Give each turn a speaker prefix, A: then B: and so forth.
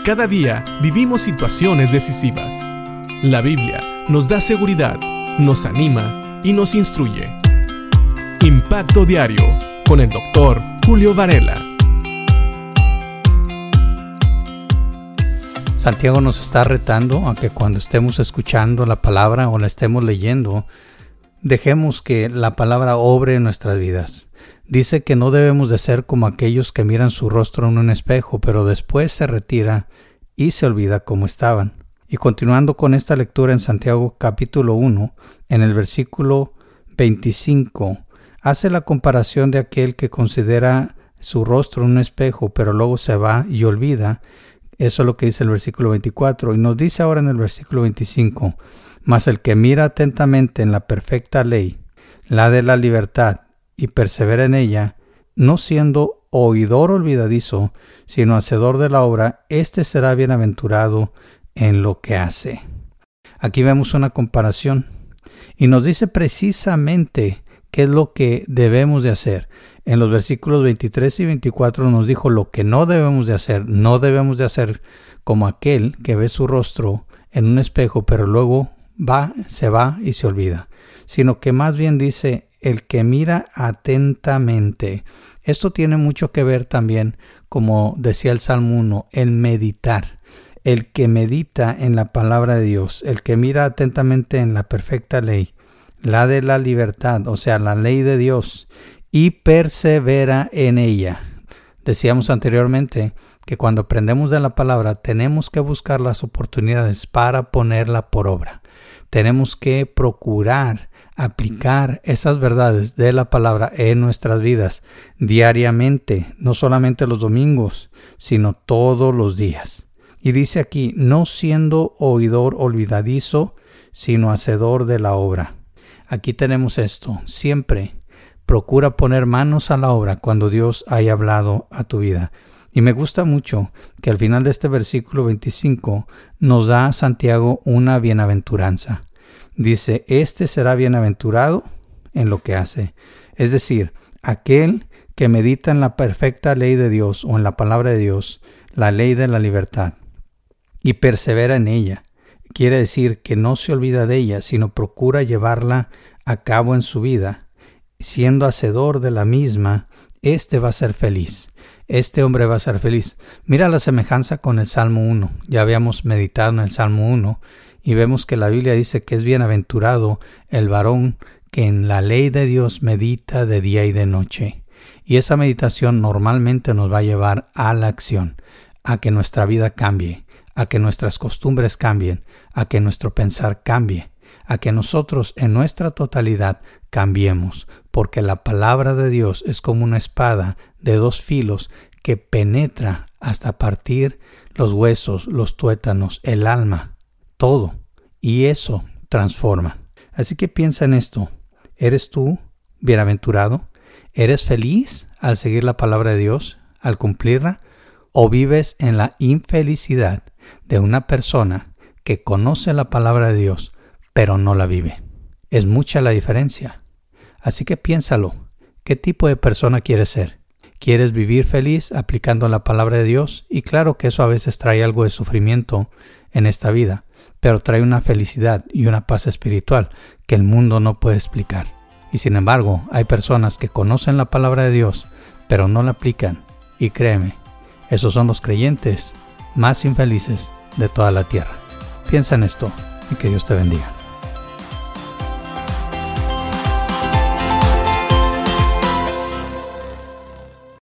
A: Cada día vivimos situaciones decisivas. La Biblia nos da seguridad, nos anima y nos instruye. Impacto Diario con el Dr. Julio Varela.
B: Santiago nos está retando a que cuando estemos escuchando la palabra o la estemos leyendo, dejemos que la palabra obre en nuestras vidas. Dice que no debemos de ser como aquellos que miran su rostro en un espejo, pero después se retira y se olvida cómo estaban. Y continuando con esta lectura en Santiago capítulo 1, en el versículo 25, hace la comparación de aquel que considera su rostro en un espejo, pero luego se va y olvida. Eso es lo que dice el versículo 24. Y nos dice ahora en el versículo 25, mas el que mira atentamente en la perfecta ley, la de la libertad, y persevera en ella, no siendo oidor olvidadizo, sino hacedor de la obra, éste será bienaventurado en lo que hace. Aquí vemos una comparación y nos dice precisamente qué es lo que debemos de hacer. En los versículos 23 y 24 nos dijo lo que no debemos de hacer. No debemos de hacer como aquel que ve su rostro en un espejo, pero luego se va y se olvida, sino que más bien dice el que mira atentamente. Esto tiene mucho que ver también, como decía el Salmo 1, el meditar. El que medita en la palabra de Dios, el que mira atentamente en la perfecta ley, la de la libertad, o sea, la ley de Dios, y persevera en ella. Decíamos anteriormente que cuando aprendemos de la palabra tenemos que buscar las oportunidades para ponerla por obra. Tenemos que procurar aplicar esas verdades de la palabra en nuestras vidas diariamente, no solamente los domingos, sino todos los días. Y dice aquí, no siendo oidor olvidadizo, sino hacedor de la obra. Aquí tenemos esto, siempre procura poner manos a la obra cuando Dios haya hablado a tu vida. Y me gusta mucho que al final de este versículo 25 nos da Santiago una bienaventuranza. Dice, este será bienaventurado en lo que hace. Es decir, aquel que medita en la perfecta ley de Dios o en la palabra de Dios, la ley de la libertad, y persevera en ella. Quiere decir que no se olvida de ella, sino procura llevarla a cabo en su vida. Siendo hacedor de la misma, este va a ser feliz. Este hombre va a ser feliz. Mira la semejanza con el Salmo 1. Ya habíamos meditado en el Salmo 1 y vemos que la Biblia dice que es bienaventurado el varón que en la ley de Dios medita de día y de noche. Y esa meditación normalmente nos va a llevar a la acción, a que nuestra vida cambie, a que nuestras costumbres cambien, a que nuestro pensar cambie, a que nosotros en nuestra totalidad cambiemos, porque la palabra de Dios es como una espada de dos filos que penetra hasta partir los huesos, los tuétanos, el alma, todo, y eso transforma. Así que piensa en esto. ¿Eres tú bienaventurado? ¿Eres feliz al seguir la palabra de Dios, al cumplirla? ¿O vives en la infelicidad de una persona que conoce la palabra de Dios, pero no la vive? Es mucha la diferencia. Así que piénsalo. ¿Qué tipo de persona quieres ser? ¿Quieres vivir feliz aplicando la palabra de Dios? Y claro que eso a veces trae algo de sufrimiento en esta vida, pero trae una felicidad y una paz espiritual que el mundo no puede explicar. Y sin embargo, hay personas que conocen la palabra de Dios, pero no la aplican. Y créeme, esos son los creyentes más infelices de toda la tierra. Piensa en esto y que Dios te bendiga.